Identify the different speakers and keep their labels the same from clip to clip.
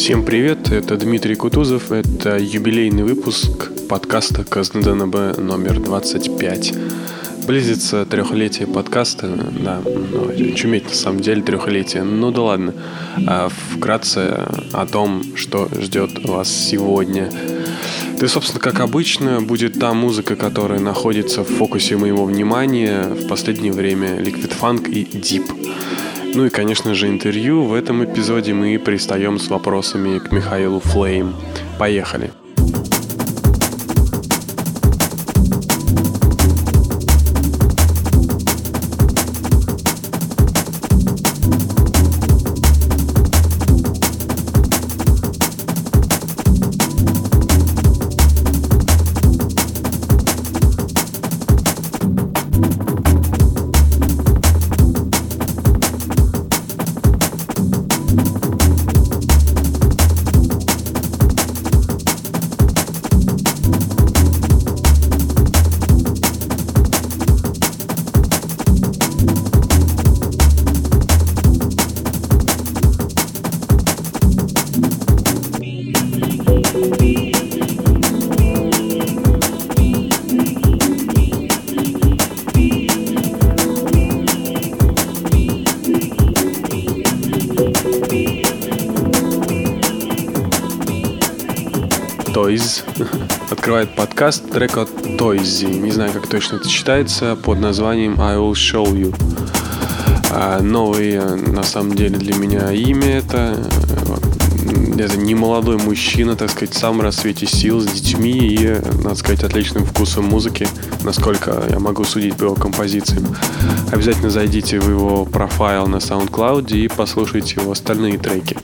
Speaker 1: Всем привет, это Дмитрий Кутузов, это юбилейный выпуск подкаста КСДНБ номер 25. Близится трехлетие подкаста, да, чуметь на самом деле трехлетие, ну да ладно. Вкратце о том, что ждет вас сегодня. Да, собственно, как обычно, будет та музыка, которая находится в фокусе моего внимания в последнее время, Liquid Funk и Deep. Ну и, конечно же, интервью. В этом эпизоде мы пристаем с вопросами к Михаилу Флейм. Поехали! Toys открывает подкаст трек от Toys. Не знаю, как точно это читается, под названием I Will Show You. Новое, на самом деле, для меня имя это немолодой мужчина, так сказать, в самом расцвете сил, с детьми и, надо сказать, отличным вкусом музыки, насколько я могу судить по его композициям. Обязательно зайдите в его профайл на SoundCloud и послушайте его остальные треки.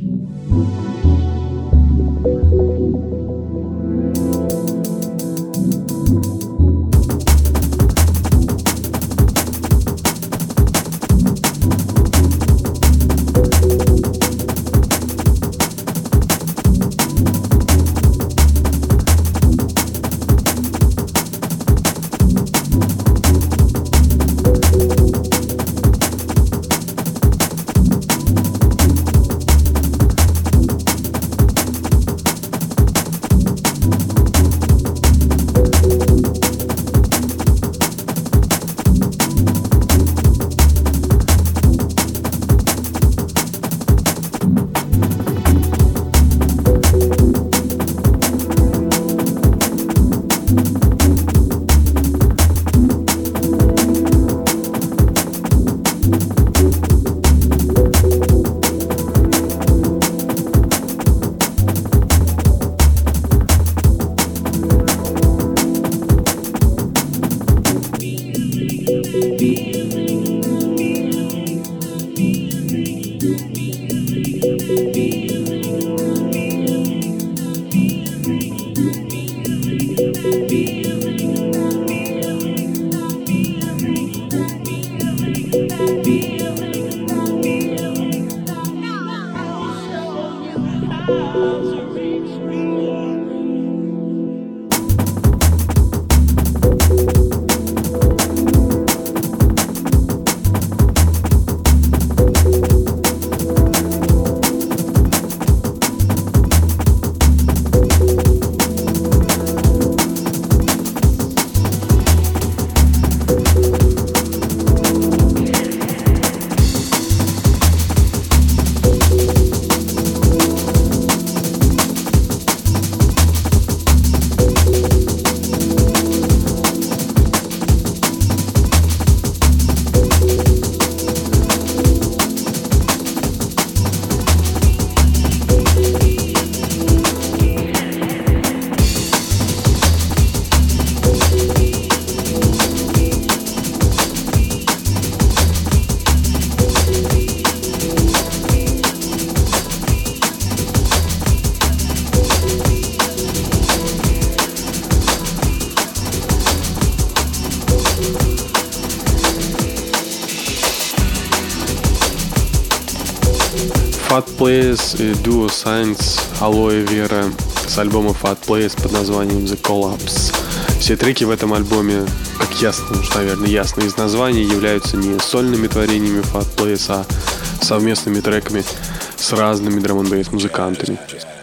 Speaker 1: Fat Players и Duo Science Aloe Vera с альбома Fat Players под названием The Collapse. Все треки в этом альбоме, как ясно, уж, наверное, ясно из названия, являются не сольными творениями Fat Players, а совместными треками с разными драм-н-бейс музыкантами.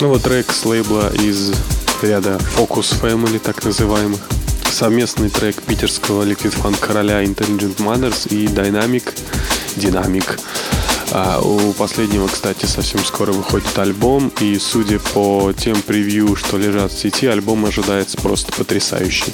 Speaker 1: Снова трек с лейбла из ряда Focus Family, так называемых. Совместный трек питерского ликвид-фанк короля Intelligent Mothers и Dynamic. У последнего, кстати, совсем скоро выходит альбом, и судя по тем превью, что лежат в сети, альбом ожидается просто потрясающий.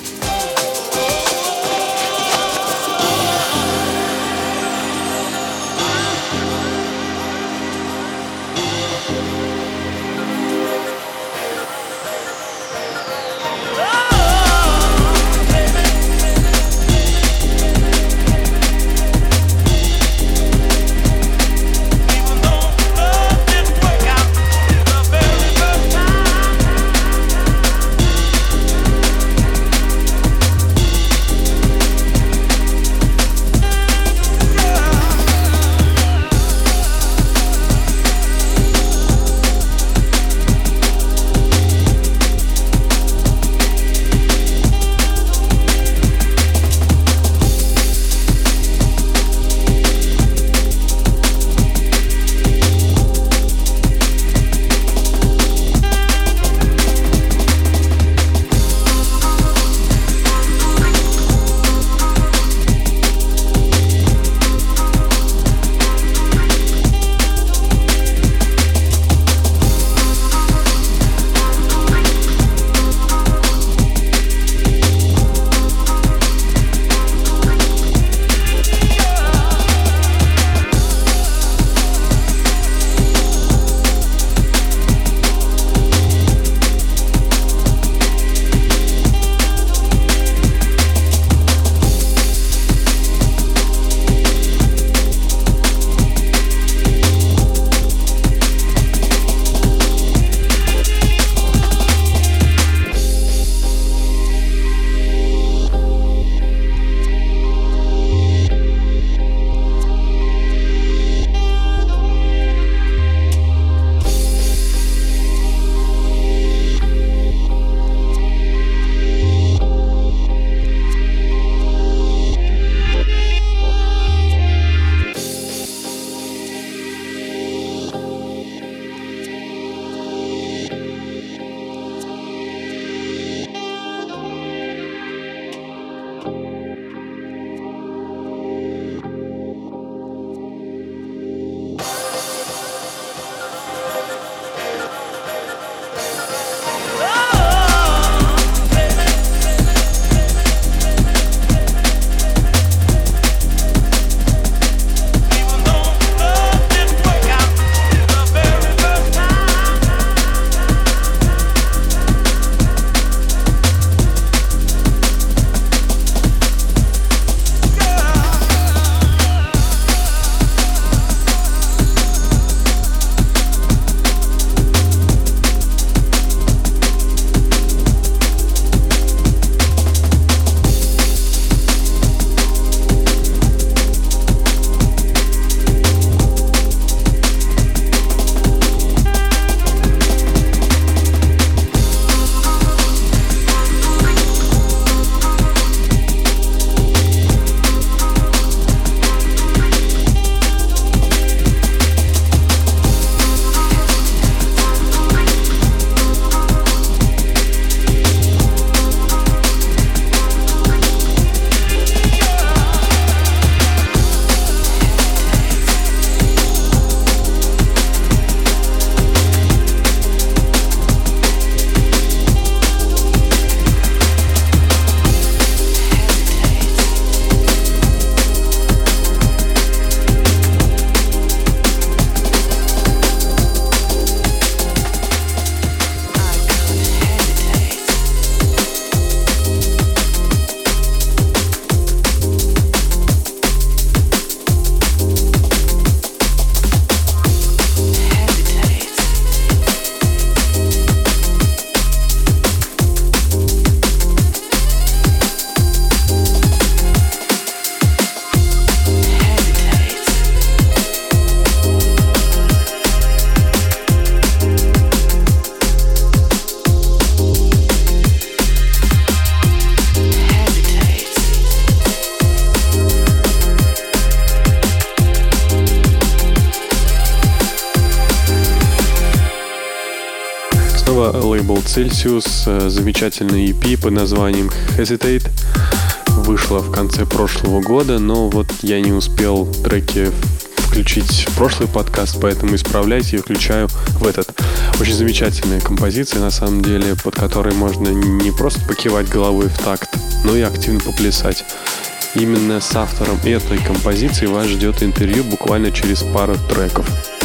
Speaker 1: Слева лейбл Celsius, замечательный EP под названием Hesitate. Вышла в конце прошлого года, но вот я не успел треки включить в прошлый подкаст, поэтому исправляйте и включаю в этот. Очень замечательная композиция, на самом деле, под которой можно не просто покивать головой в такт, но и активно поплясать. Именно с автором этой композиции вас ждет интервью буквально через пару треков.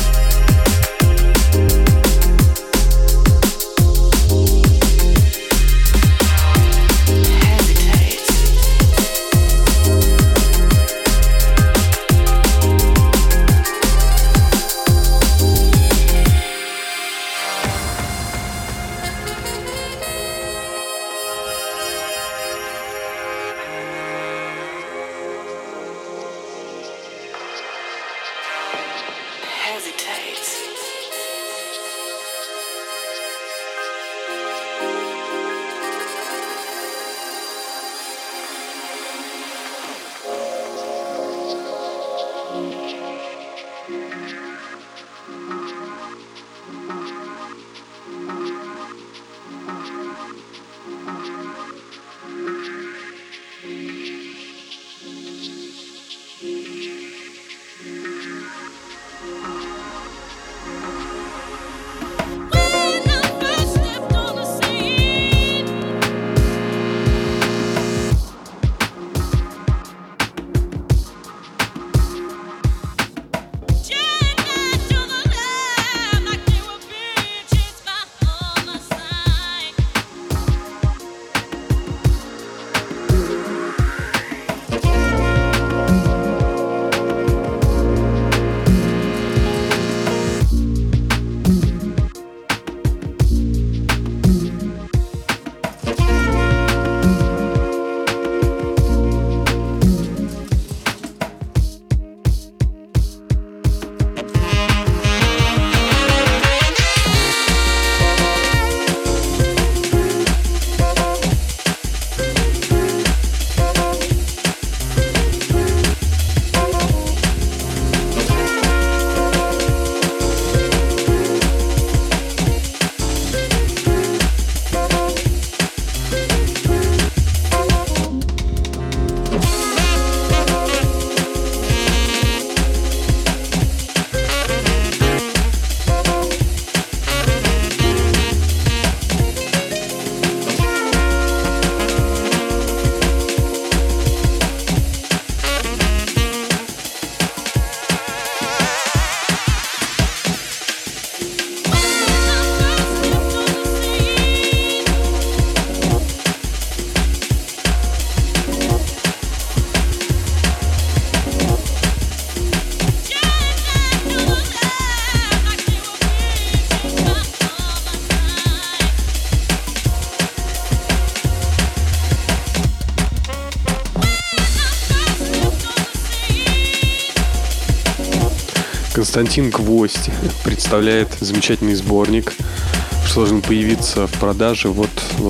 Speaker 1: Константин Гвоздь представляет замечательный сборник, что должен появиться в продаже вот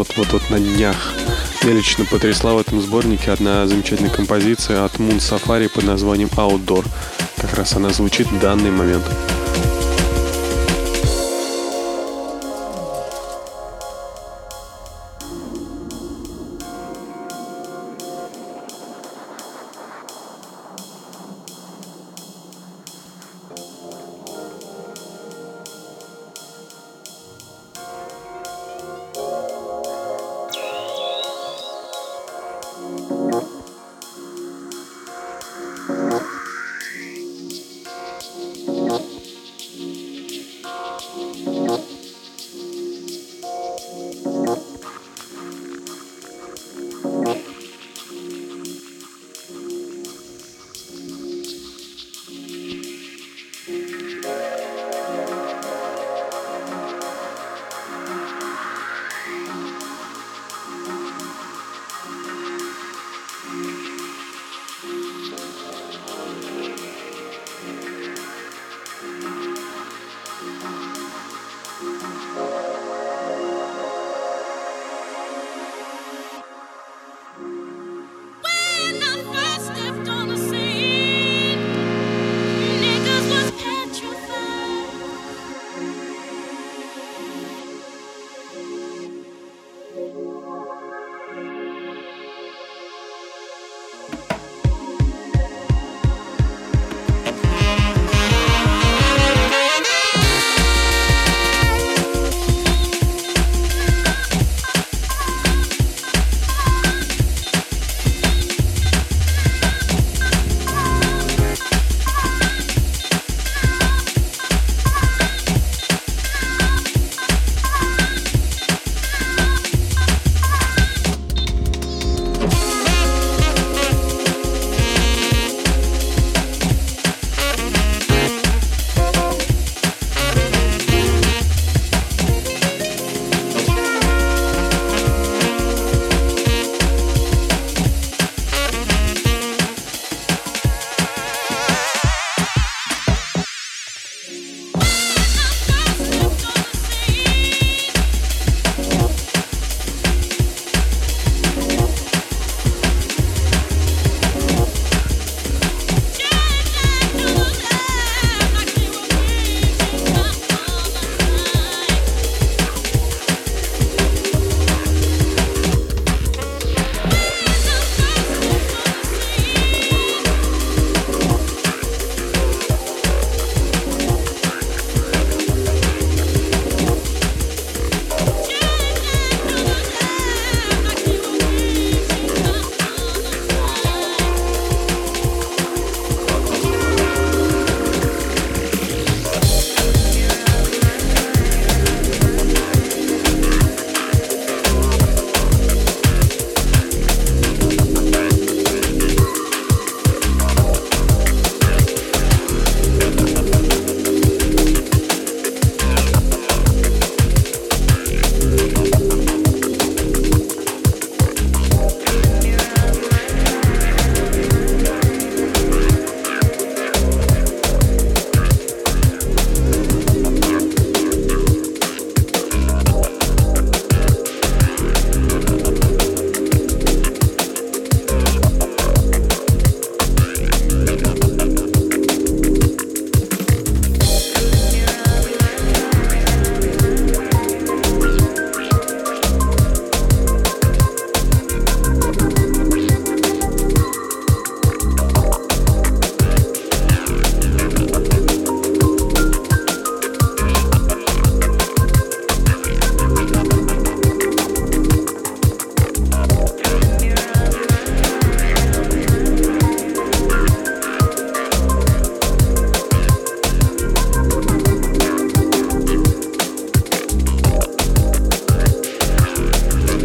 Speaker 1: на днях. Меня лично потрясла в этом сборнике одна замечательная композиция от Moon Safari под названием Outdoor. Как раз она звучит в данный момент.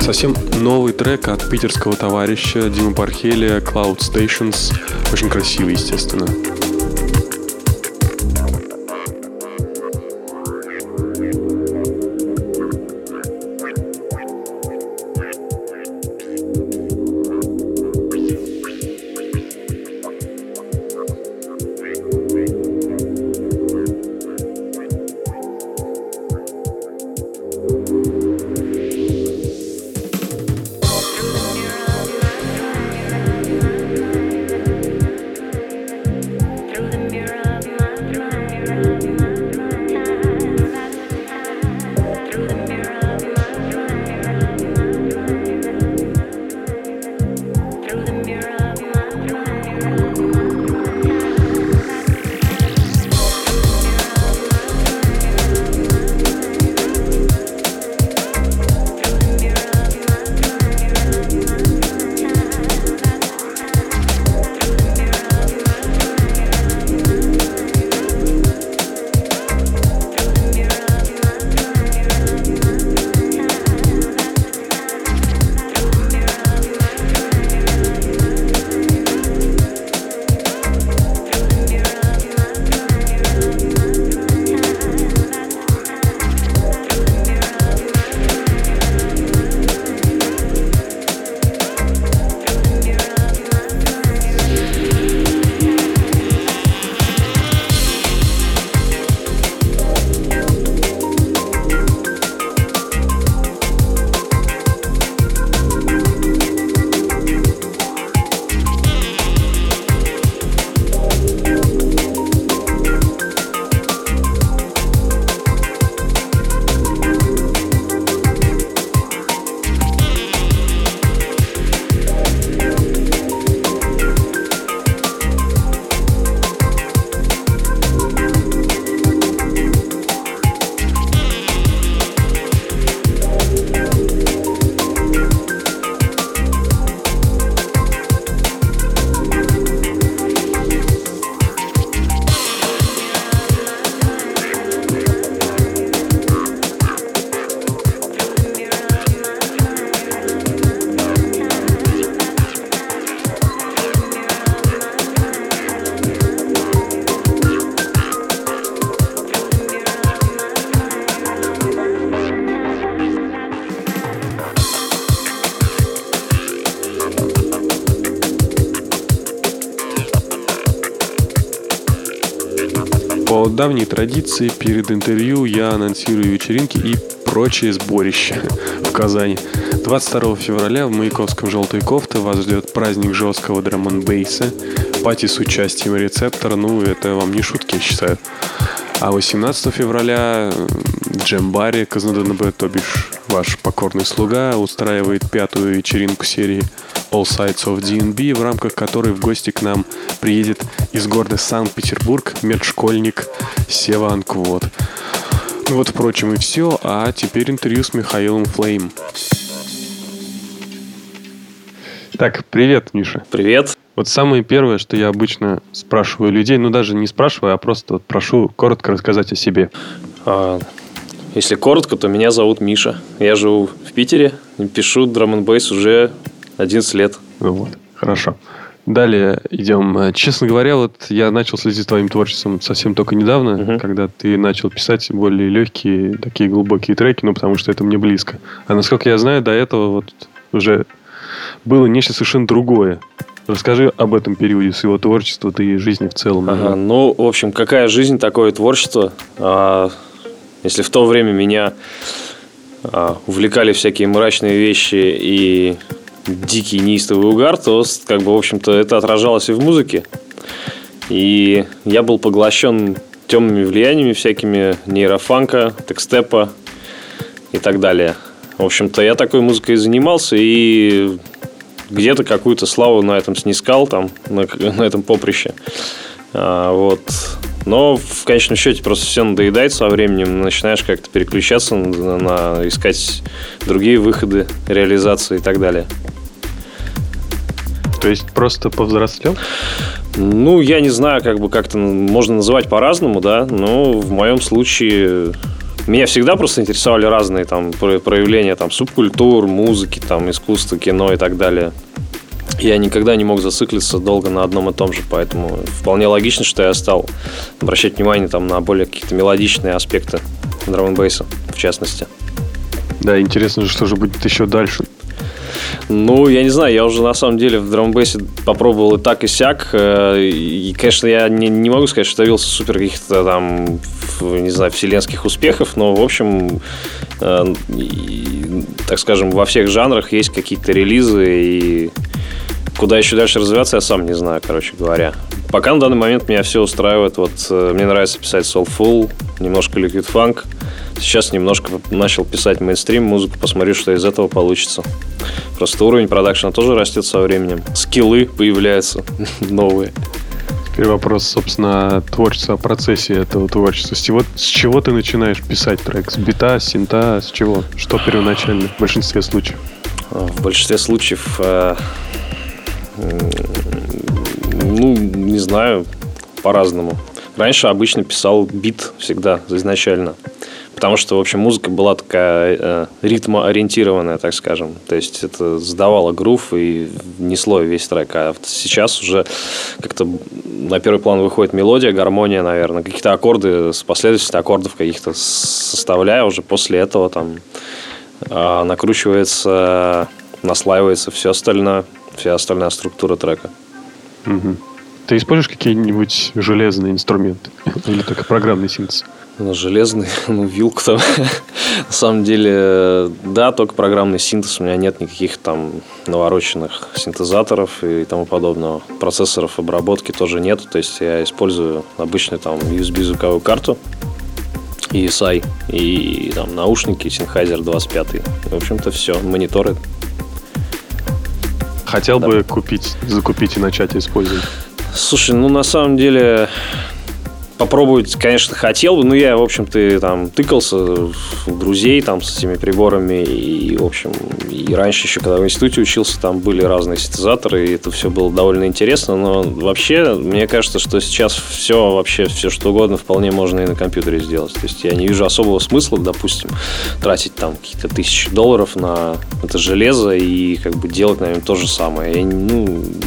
Speaker 1: Совсем новый трек от питерского товарища Димы Пархеля, Cloud Stations. Очень красивый, естественно. По давней традиции перед интервью я анонсирую вечеринки и прочие сборища в Казани. 22 февраля в Маяковском «Желтой кофте» вас ждет праздник жесткого драм-н-бейса, пати с участием Рецептора, это вам не шутки, я считаю. А 18 февраля Джембари КЗНДНБ, то бишь ваш покорный слуга, устраивает 5-ю вечеринку серии All Sides of D&B, в рамках которой в гости к нам приедет из города Санкт-Петербург медшкольник Сева Анквод. Впрочем, и все. А теперь интервью с Михаилом Флейм. Так, привет, Миша.
Speaker 2: Привет.
Speaker 1: Самое первое, что я обычно спрашиваю людей, даже не спрашиваю, а просто прошу коротко рассказать о себе.
Speaker 2: Если коротко, то меня зовут Миша. Я живу в Питере, пишу драм-н-бейс уже 11 лет.
Speaker 1: Хорошо. Далее идем. Честно говоря, я начал следить за твоим творчеством совсем только недавно, когда ты начал писать более легкие, такие глубокие треки, потому что это мне близко. А насколько я знаю, до этого уже было нечто совершенно другое. Расскажи об этом периоде своего творчества, и жизни в целом.
Speaker 2: В общем, какая жизнь, такое творчество. Если в то время меня увлекали всякие мрачные вещи и дикий неистовый угар, то, в общем-то, это отражалось и в музыке. И я был поглощен темными влияниями всякими нейрофанка, текстепа и так далее. В общем-то, я такой музыкой занимался и где-то какую-то славу на этом снискал, на этом поприще. Но в конечном счете просто все надоедает со временем, начинаешь как-то переключаться, искать другие выходы, реализации и так далее.
Speaker 1: То есть просто повзрослел?
Speaker 2: Я не знаю, как-то можно называть по-разному, да, но в моем случае Меня всегда просто интересовали разные там проявления там субкультур, музыки, там искусства, кино и так далее. Я никогда не мог зациклиться долго на одном и том же, поэтому вполне логично, что я стал обращать внимание там на более какие-то мелодичные аспекты драм-н-бейса, в частности.
Speaker 1: Да, интересно, что же будет еще дальше.
Speaker 2: Ну, я не знаю, я уже на самом деле в драм-н-бейсе попробовал и так, и сяк. И, конечно, я не могу сказать, что добился супер каких-то там, не знаю, вселенских успехов, но, в общем, так скажем, во всех жанрах есть какие-то релизы, и куда еще дальше развиваться, я сам не знаю, короче говоря. Пока на данный момент меня все устраивает. Вот мне нравится писать soulful, немножко liquid funk. Сейчас немножко начал писать мейнстрим музыку, посмотрю, что из этого получится. Просто уровень продакшена тоже растет со временем. Скиллы появляются новые.
Speaker 1: Теперь вопрос, собственно, творчества, о процессе этого творчества. С чего ты начинаешь писать трек? С бита, с синта, с чего? Что первоначально в большинстве случаев?
Speaker 2: В большинстве случаев, ну, не знаю, по-разному. Раньше обычно писал бит всегда изначально. Потому что, в общем, музыка была такая ритмоориентированная, так скажем. То есть это задавало грув и несло весь трек. А сейчас уже как-то на первый план выходит мелодия, гармония, наверное. Какие-то аккорды, последовательность аккордов каких-то составляя. Уже после этого там накручивается, наслаивается вся остальная структура трека.
Speaker 1: Угу. Ты используешь какие-нибудь железные инструменты? Или только программный синтез?
Speaker 2: Ну, железный, вилку там. На самом деле, да, только программный синтез. У меня нет никаких там навороченных синтезаторов и тому подобного. Процессоров обработки тоже нет. То есть я использую обычную там USB-звуковую карту, ESI, и там наушники, Sennheiser 25. В общем-то, все. Мониторы.
Speaker 1: Хотел бы закупить и начать использовать?
Speaker 2: Слушай, на самом деле... Попробовать, конечно, хотел бы, но я, в общем-то, там тыкался у друзей там с этими приборами, и, в общем, и раньше еще, когда в институте учился, там были разные синтезаторы, и это все было довольно интересно, но вообще, мне кажется, что сейчас все что угодно вполне можно и на компьютере сделать. То есть я не вижу особого смысла, допустим, тратить там какие-то $1000 на это железо и как бы делать, наверное, то же самое. Я,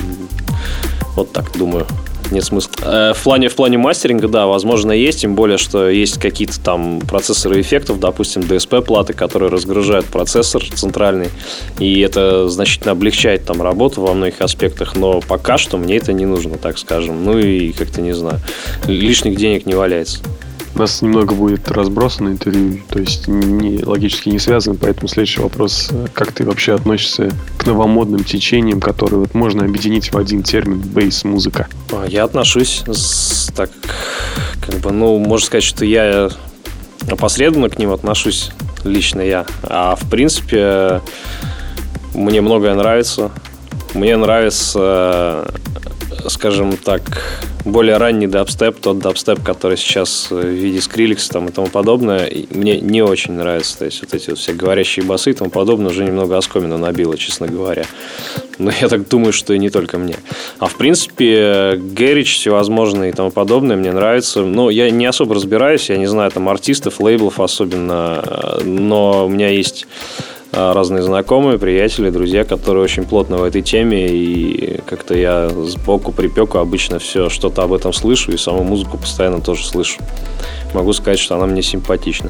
Speaker 2: вот так думаю. Нет смысла. В плане мастеринга, да, возможно, есть. Тем более, что есть какие-то там процессоры эффектов, допустим, DSP-платы, которые разгружают процессор центральный. И это значительно облегчает там работу во многих аспектах. Но пока что мне это не нужно, так скажем. И как-то, не знаю, лишних денег не валяется.
Speaker 1: У нас немного будет разбросано интервью, то есть логически не связано, поэтому следующий вопрос. Как ты вообще относишься к новомодным течениям, которые вот можно объединить в один термин бейс-музыка?
Speaker 2: Я отношусь так, как бы, можно сказать, что я опосредованно к ним отношусь, лично я. А в принципе, мне многое нравится. Мне нравится, скажем так, более ранний дабстеп, тот дабстеп, который сейчас в виде скриллекса там и тому подобное, мне не очень нравится. То есть вот эти вот все говорящие басы и тому подобное уже немного оскомину набило, честно говоря. Но я так думаю, что и не только мне. А в принципе, гэридж всевозможные и тому подобное мне нравится. Но я не особо разбираюсь, я не знаю там артистов, лейблов особенно, но у меня есть разные знакомые, приятели, друзья, которые очень плотно в этой теме, и как-то я сбоку припеку обычно все что-то об этом слышу, и саму музыку постоянно тоже слышу. Могу сказать, что она мне симпатична.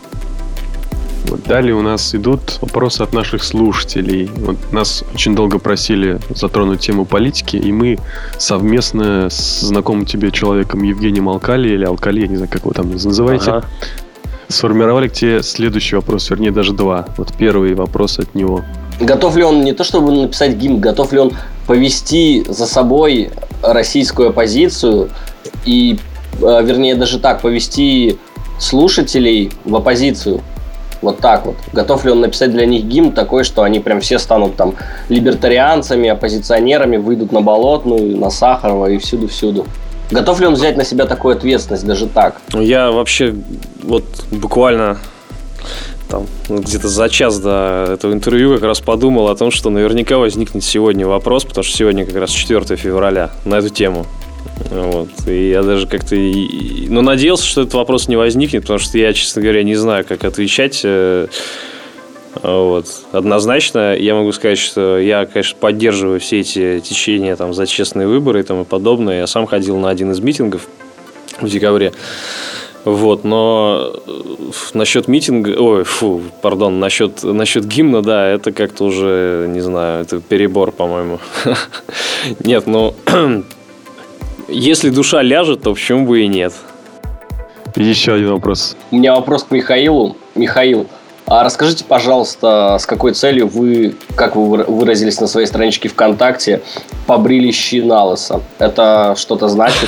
Speaker 1: Вот далее у нас идут вопросы от наших слушателей. Вот нас очень долго просили затронуть тему политики, и мы совместно с знакомым тебе человеком Евгением Алкали, или Алкали, я не знаю, как вы там называете, сформировали к тебе следующий вопрос, вернее, даже два. Вот первый вопрос от него.
Speaker 3: Готов ли он не то чтобы написать гимн, готов ли он повести за собой российскую оппозицию и, вернее, даже так, повести слушателей в оппозицию? Вот так вот. Готов ли он написать для них гимн такой, что они прям все станут там либертарианцами, оппозиционерами, выйдут на Болотную, на Сахарова и всюду-всюду? Готов ли он взять на себя такую ответственность, даже так?
Speaker 2: Я вообще вот буквально там, где-то за час до этого интервью как раз подумал о том, что наверняка возникнет сегодня вопрос, потому что сегодня как раз 4 февраля, на эту тему. Вот. И я даже как-то... Ну, надеялся, что этот вопрос не возникнет, потому что я, честно говоря, не знаю, как отвечать. Вот. Однозначно я могу сказать, что я, конечно, поддерживаю все эти течения там, за честные выборы и тому подобное. Я сам ходил на один из митингов в декабре. Вот, но насчет митинга, насчет гимна, да, это как-то уже, не знаю, это перебор, по-моему. Нет, ну, если душа ляжет, то почему бы и нет?
Speaker 1: Еще один вопрос.
Speaker 3: У меня вопрос к Михаилу. Михаил, а расскажите, пожалуйста, с какой целью вы, как вы выразились на своей страничке ВКонтакте, побрили щи на лысо? Это что-то значит?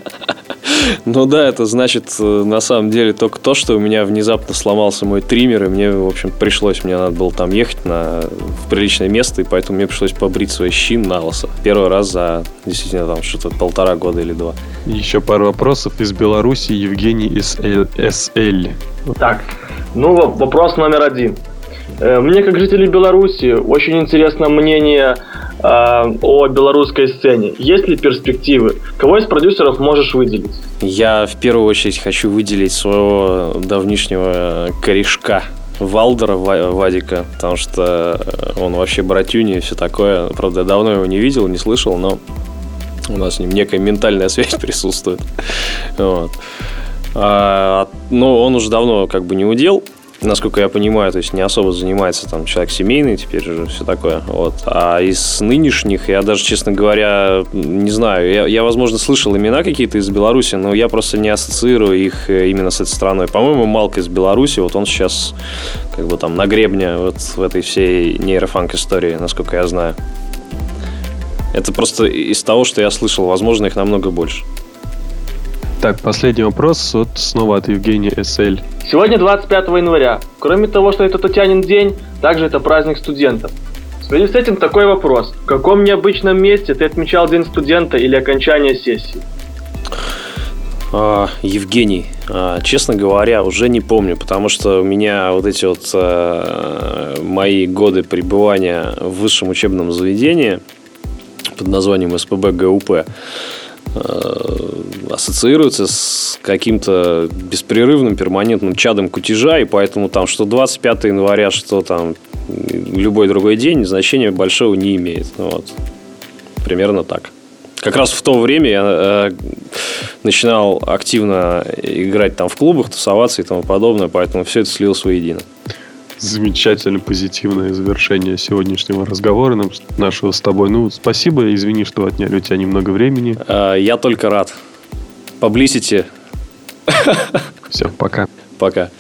Speaker 2: Ну да, это значит на самом деле только то, что у меня внезапно сломался мой триммер, и мне, в общем, мне надо было там ехать в приличное место, и поэтому мне пришлось побрить свои щи на лысо. Первый раз за, действительно, там что-то 1,5 года или 2.
Speaker 1: Еще пару вопросов из Беларуси. Евгений СЛ.
Speaker 4: Так, ну вопрос номер 1. Мне, как жителю Беларуси, очень интересно мнение о белорусской сцене. Есть ли перспективы? Кого из продюсеров можешь выделить?
Speaker 2: Я в первую очередь хочу выделить своего давнишнего корешка Валдера Вадика, потому что он вообще братюня и все такое. Правда, я давно его не видел, не слышал, но у нас с ним некая ментальная связь присутствует. Вот. Но он уже давно как бы не удел, насколько я понимаю, то есть не особо занимается, там, человек семейный теперь уже, все такое. Вот. А из нынешних, я даже, честно говоря, не знаю, я, возможно, слышал имена какие-то из Беларуси, но я просто не ассоциирую их именно с этой страной. По-моему, Малка из Беларуси, вот он сейчас как бы там на гребне вот в этой всей нейрофанк истории, насколько я знаю. Это просто из того, что я слышал, возможно, их намного больше.
Speaker 1: Так, последний вопрос снова от Евгения СЛ.
Speaker 4: Сегодня 25 января. Кроме того, что это Татьянин день, также это праздник студентов. В связи с этим такой вопрос. В каком необычном месте ты отмечал День студента или окончание сессии?
Speaker 2: Евгений, честно говоря, уже не помню, потому что у меня вот эти вот мои годы пребывания в высшем учебном заведении под названием СПб ГУП ассоциируется с каким-то беспрерывным перманентным чадом кутежа, и поэтому там что 25 января, что там любой другой день значения большого не имеет. Вот. Примерно так. Как раз в то время я начинал активно играть там в клубах, тусоваться и тому подобное, поэтому все это слилось воедино.
Speaker 1: Замечательно позитивное завершение сегодняшнего разговора нашего с тобой. Ну, спасибо, извини, что отняли у тебя немного времени.
Speaker 2: Я только рад. Publicity.
Speaker 1: Все, пока.
Speaker 2: Пока.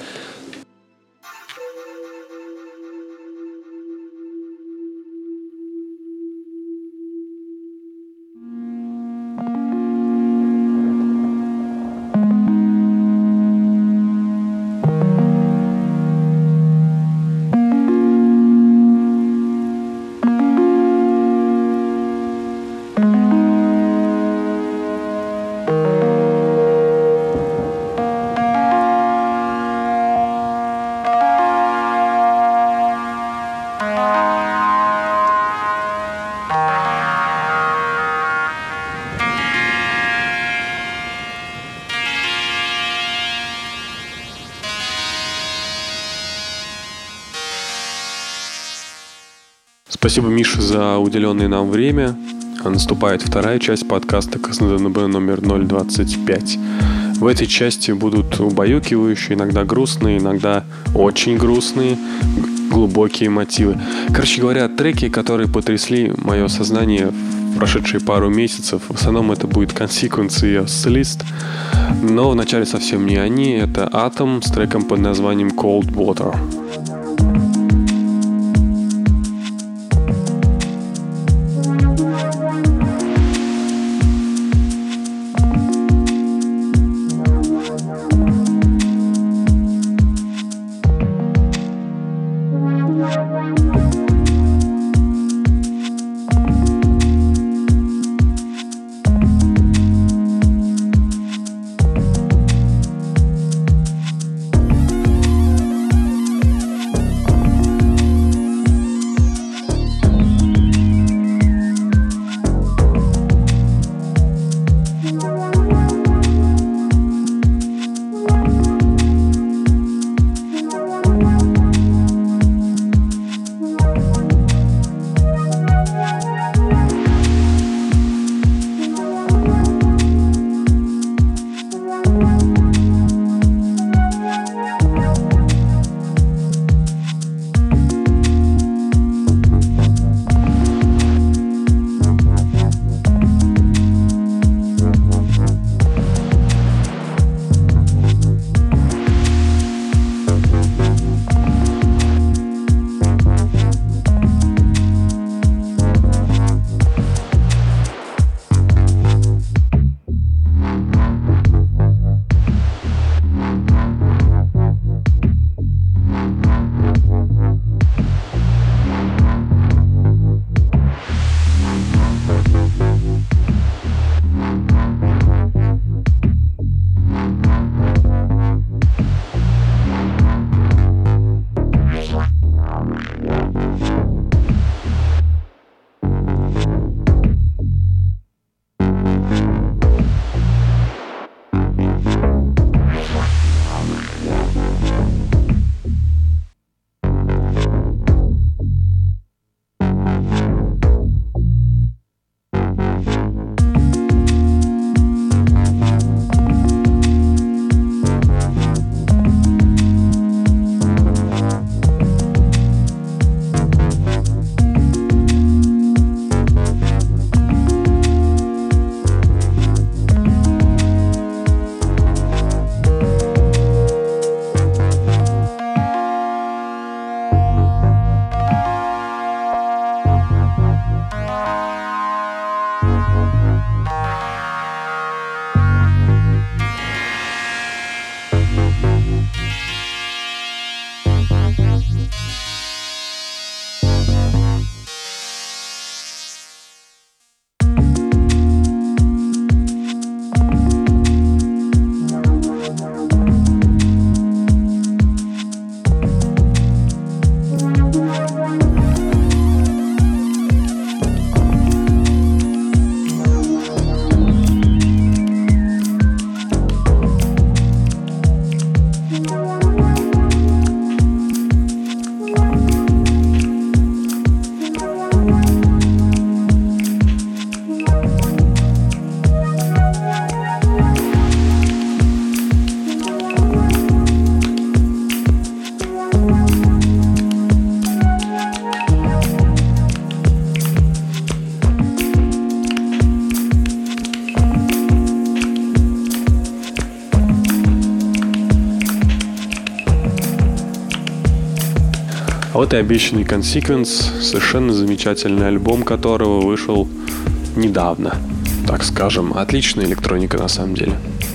Speaker 1: Спасибо, Миша, за уделенное нам время. Наступает вторая часть подкаста КСНДНБ номер 025. В этой части будут убаюкивающие, иногда грустные, иногда очень грустные, глубокие мотивы. Короче говоря, треки, которые потрясли мое сознание в прошедшие пару месяцев. В основном это будет Consequence и Oscillist. Но вначале совсем не они. Это Atom с треком под названием Cold Water. А вот и обещанный Consequence, совершенно замечательный альбом которого вышел недавно, так скажем. Отличная электроника на самом деле.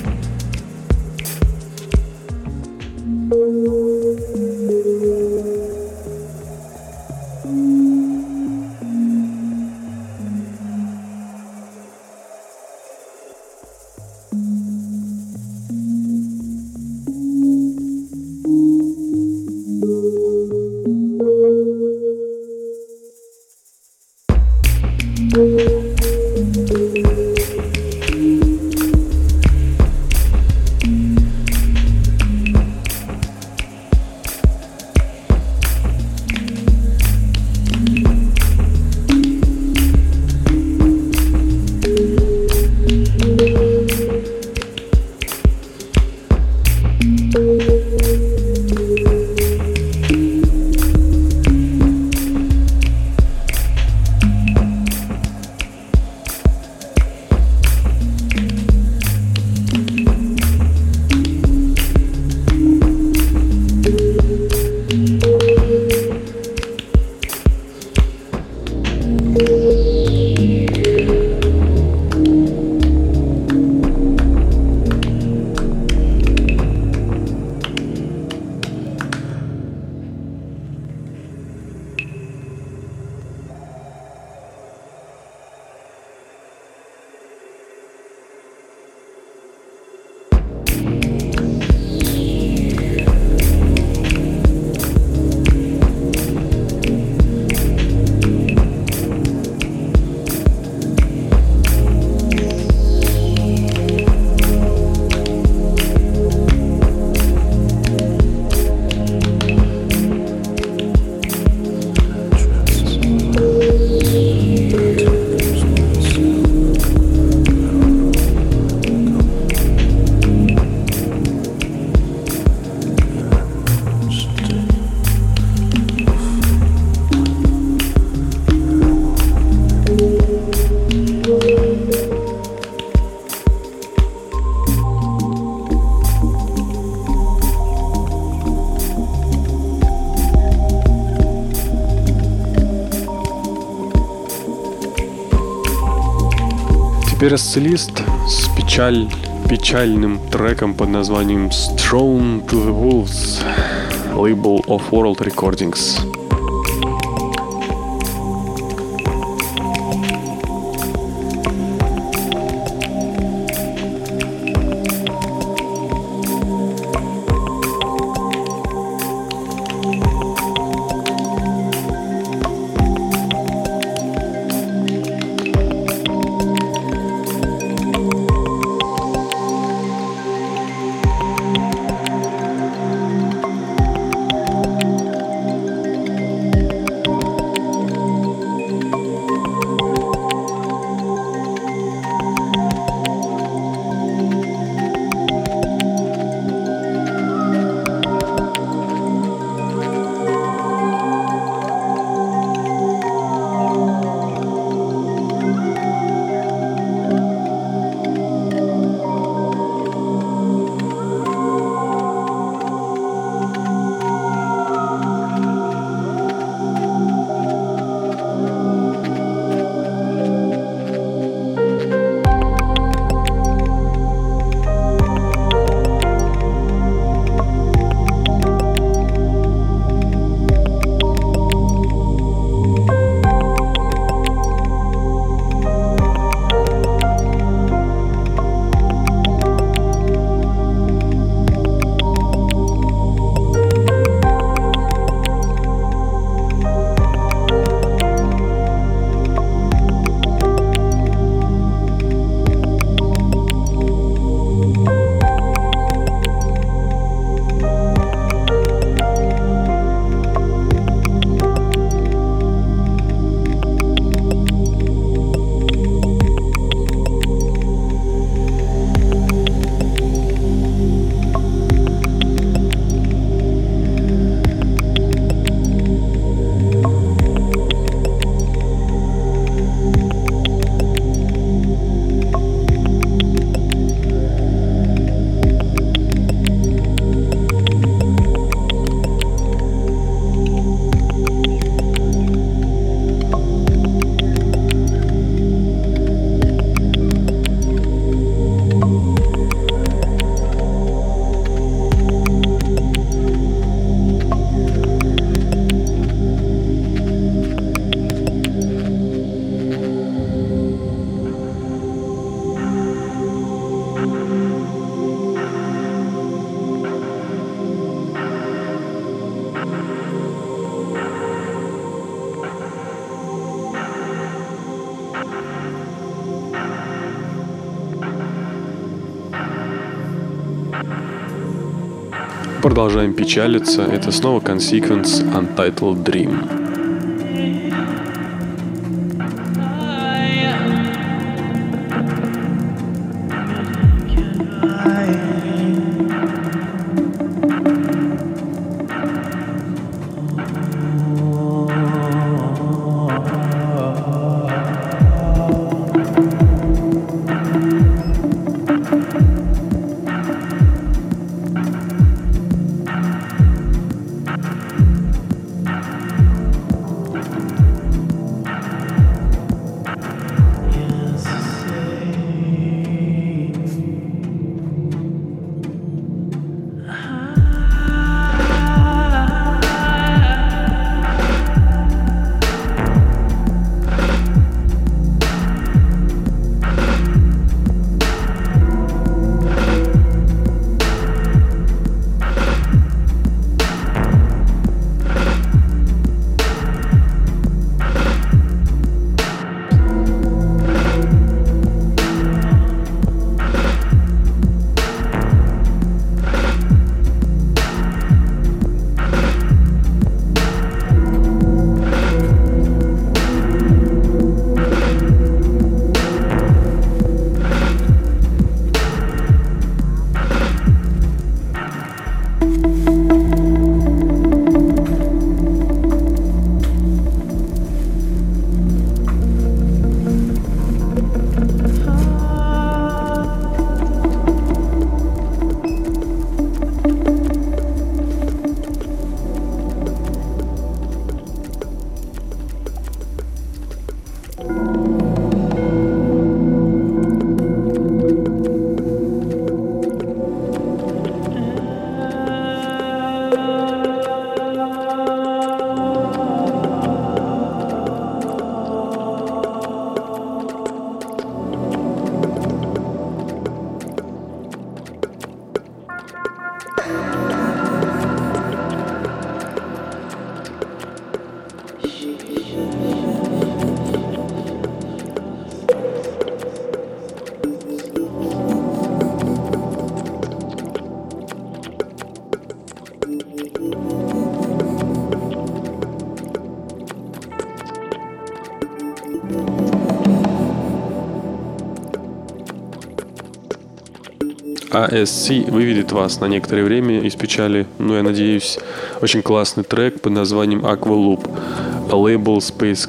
Speaker 1: Теперь Ascellist с печальным треком под названием Thrown to the Wolves, лейбл Off World Recordings. продолжаем печалиться. Это снова Consequence Untitled Dream. ASC выведет вас на некоторое время из печали. Ну, я надеюсь, очень классный трек под названием Aqua Loop. Лейбл Space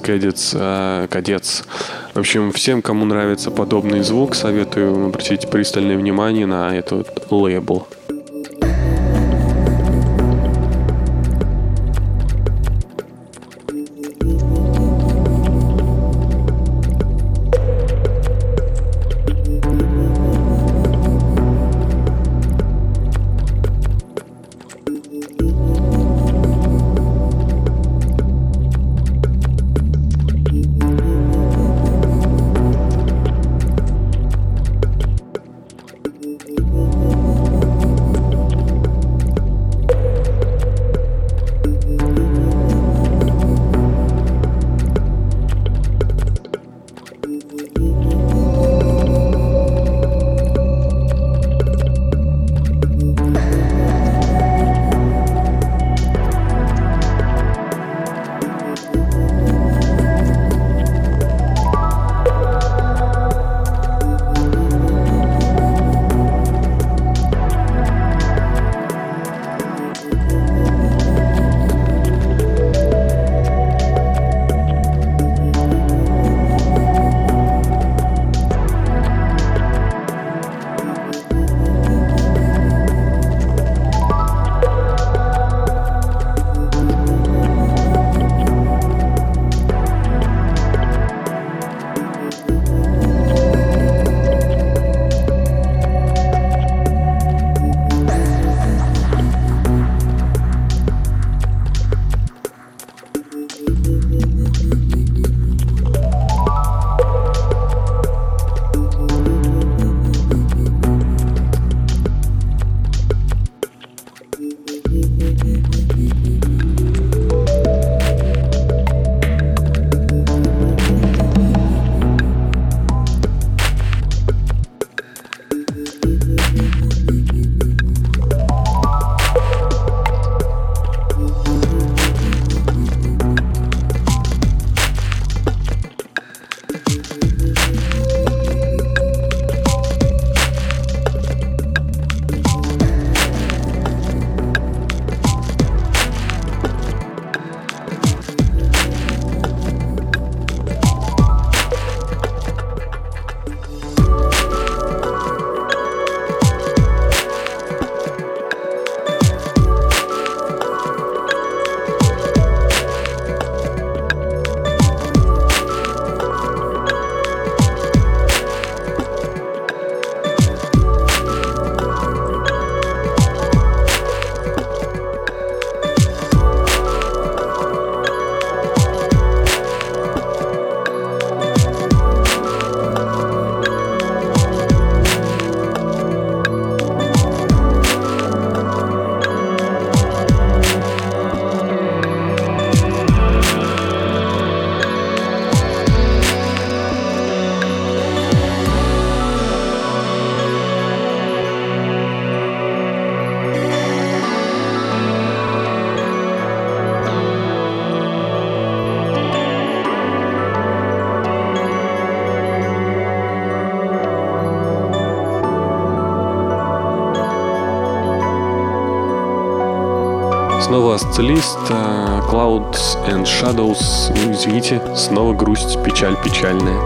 Speaker 1: Cadets. В общем, всем, кому нравится подобный звук, советую обратить пристальное внимание на этот лейбл. Снова Асцелист, Clouds and Shadows. Ну, извините, снова грусть, печаль печальная.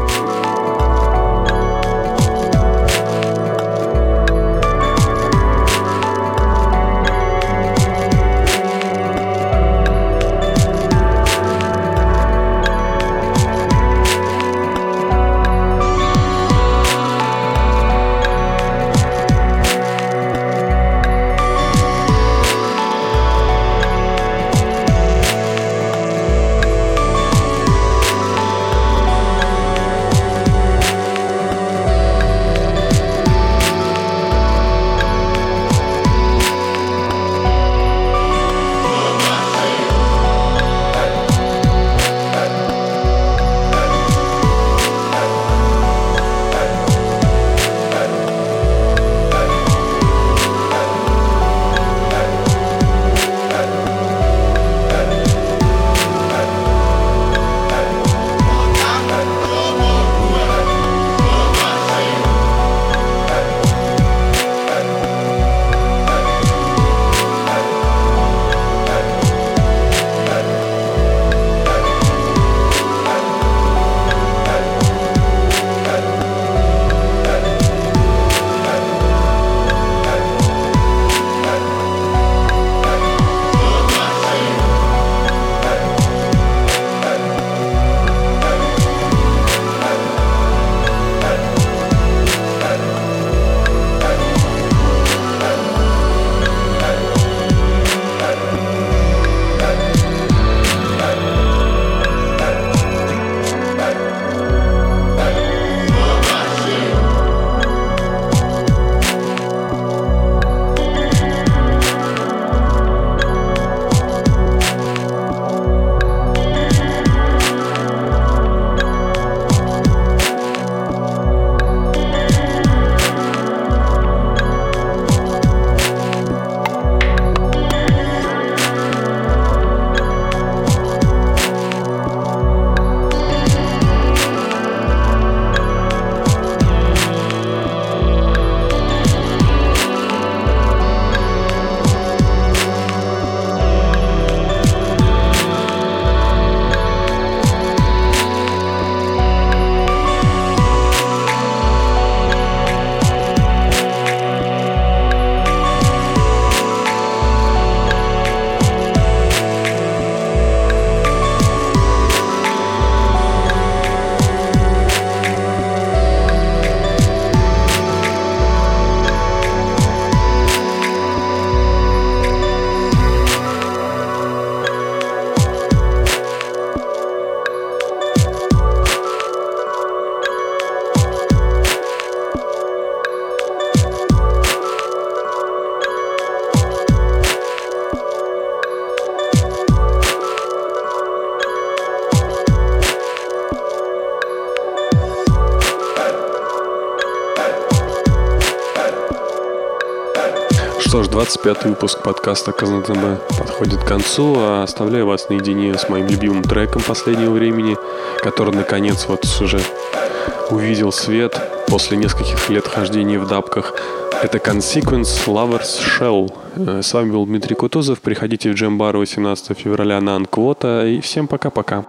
Speaker 1: Что ж, 25-й выпуск подкаста КЗНБ подходит к концу, а оставляю вас наедине с моим любимым треком последнего времени, который, наконец, вот уже увидел свет после нескольких лет хождения в дабках. Это Consequence Lover's Shell. С вами был Дмитрий Кутузов. Приходите в Джембар 18 февраля на Анквота. И всем пока-пока.